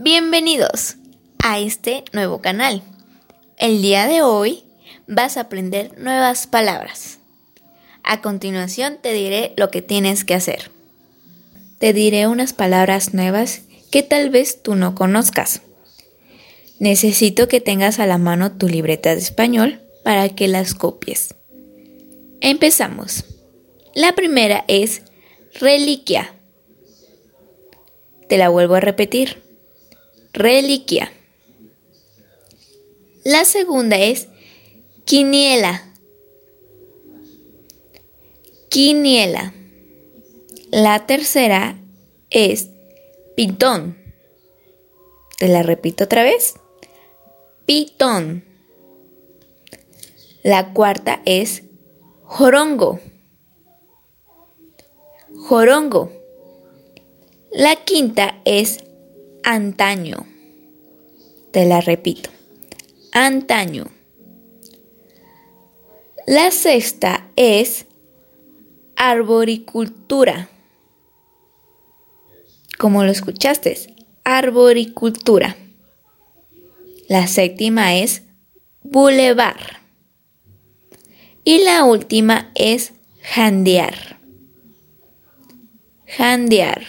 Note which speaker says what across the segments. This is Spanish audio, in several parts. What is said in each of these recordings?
Speaker 1: Bienvenidos a este nuevo canal. El día de hoy vas a aprender nuevas palabras. A continuación te diré lo que tienes que hacer. Te diré unas palabras nuevas que tal vez tú no conozcas. Necesito que tengas a la mano tu libreta de español para que las copies. Empezamos. La primera es reliquia. Te la vuelvo a repetir. Reliquia. La segunda es quiniela. Quiniela. La tercera es pitón. Te la repito otra vez. Pitón. La cuarta es jorongo. Jorongo. La quinta es antaño. Te la repito. Antaño. La sexta es arboricultura. Como lo escuchaste, arboricultura. La séptima es bulevar. Y la última es jandear. Jandear.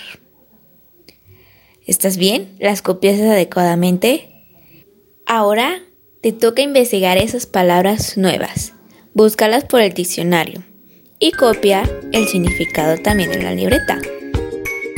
Speaker 1: ¿Estás bien? ¿Las copias adecuadamente? Ahora te toca investigar esas palabras nuevas. Búscalas por el diccionario y copia el significado también en la libreta.